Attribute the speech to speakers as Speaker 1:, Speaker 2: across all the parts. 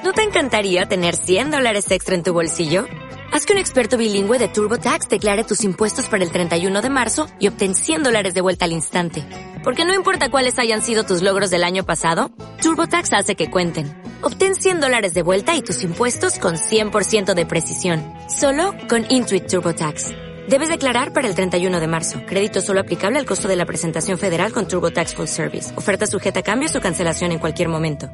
Speaker 1: ¿No te encantaría tener $100 extra en tu bolsillo? Haz que un experto bilingüe de TurboTax declare tus impuestos para el 31 de marzo y obtén $100 de vuelta al instante. Porque no importa cuáles hayan sido tus logros del año pasado, TurboTax hace que cuenten. Obtén $100 de vuelta y tus impuestos con 100% de precisión. Solo con Intuit TurboTax. Debes declarar para el 31 de marzo. Crédito solo aplicable al costo de la presentación federal con TurboTax Full Service. Oferta sujeta a cambios o cancelación en cualquier momento.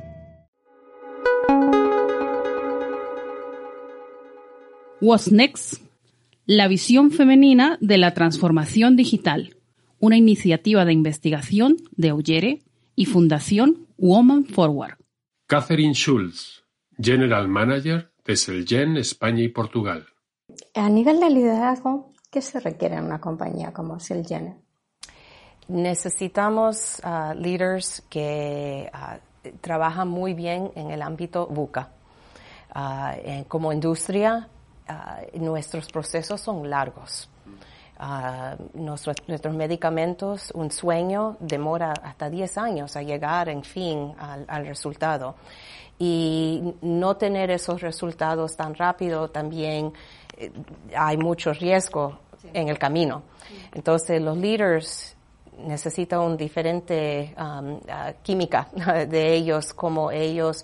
Speaker 2: What's Next? La visión femenina de la transformación digital. Una iniciativa de investigación de Augere y Fundación Women Forward.
Speaker 3: Catherine Schulz, General Manager de Celgen, España y Portugal.
Speaker 4: A nivel de liderazgo, ¿qué se requiere en una compañía como Celgen?
Speaker 5: Necesitamos líderes que trabajan muy bien en el ámbito VUCA. Como industria, nuestros procesos son largos. Nuestros medicamentos, un sueño demora hasta 10 años a llegar, en fin, al resultado. Y no tener esos resultados tan rápido también hay mucho riesgo en el camino. Entonces, los líderes necesitan un diferente química de ellos, como ellos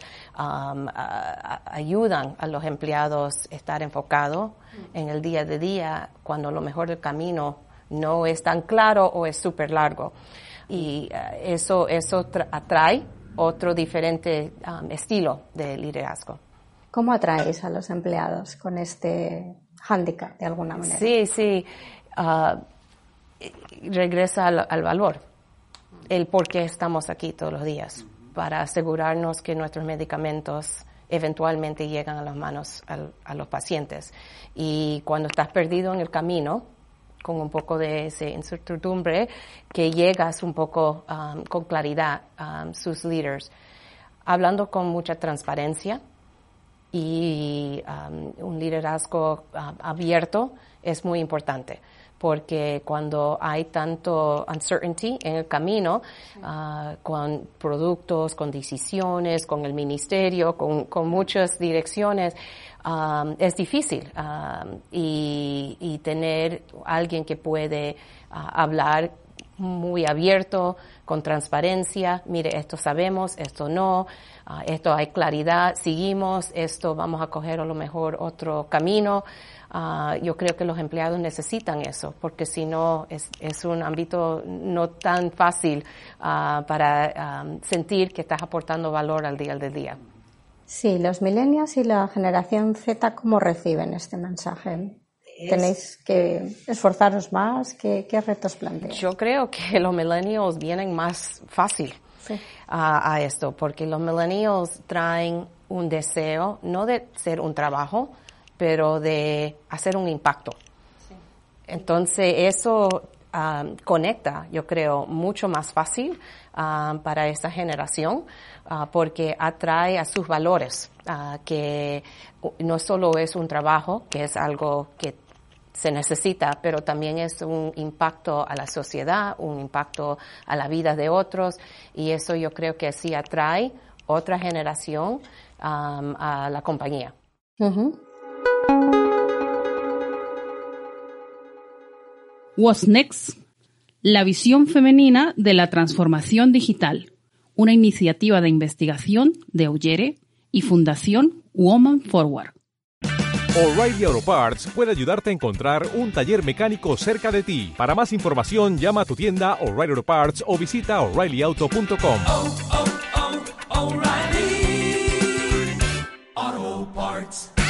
Speaker 5: ayudan a los empleados a estar enfocados en el día de día, cuando lo mejor del camino no es tan claro o es súper largo. Y eso atrae otro diferente estilo de liderazgo.
Speaker 4: ¿Cómo atraes a los empleados con este hándicap de alguna manera?
Speaker 5: Sí. Regresa al valor, el por qué estamos aquí todos los días, para asegurarnos que nuestros medicamentos eventualmente llegan a las manos a los pacientes. Y cuando estás perdido en el camino, con un poco de esa incertidumbre, que llegas un poco con claridad sus líderes, hablando con mucha transparencia y un liderazgo abierto es muy importante. Porque cuando hay tanto uncertainty en el camino, con productos, con decisiones, con el ministerio, con muchas direcciones, es difícil. Y tener alguien que puede hablar muy abierto, con transparencia, mire, esto sabemos, esto no, esto hay claridad, seguimos, esto vamos a coger a lo mejor otro camino. Yo creo que los empleados necesitan eso, porque si no es un ámbito no tan fácil para sentir que estás aportando valor al día del día.
Speaker 4: Sí, los millennials y la generación Z, ¿cómo reciben este mensaje? ¿Tenéis que esforzaros más? ¿Qué retos planteáis?
Speaker 5: Yo creo que los millennials vienen más fácil a esto, porque los millennials traen un deseo, no de ser un trabajo, pero de hacer un impacto. Sí. Entonces, eso conecta, yo creo, mucho más fácil para esta generación, porque atrae a sus valores, que no solo es un trabajo, que es algo que se necesita, pero también es un impacto a la sociedad, un impacto a la vida de otros, y eso yo creo que sí atrae otra generación a la compañía.
Speaker 4: Uh-huh.
Speaker 2: What's Next? La visión femenina de la transformación digital. Una iniciativa de investigación de Augere y Fundación Women Forward.
Speaker 6: O'Reilly Auto Parts puede ayudarte a encontrar un taller mecánico cerca de ti. Para más información, llama a tu tienda O'Reilly Auto Parts o visita O'ReillyAuto.com.
Speaker 7: O'Reilly Auto Parts.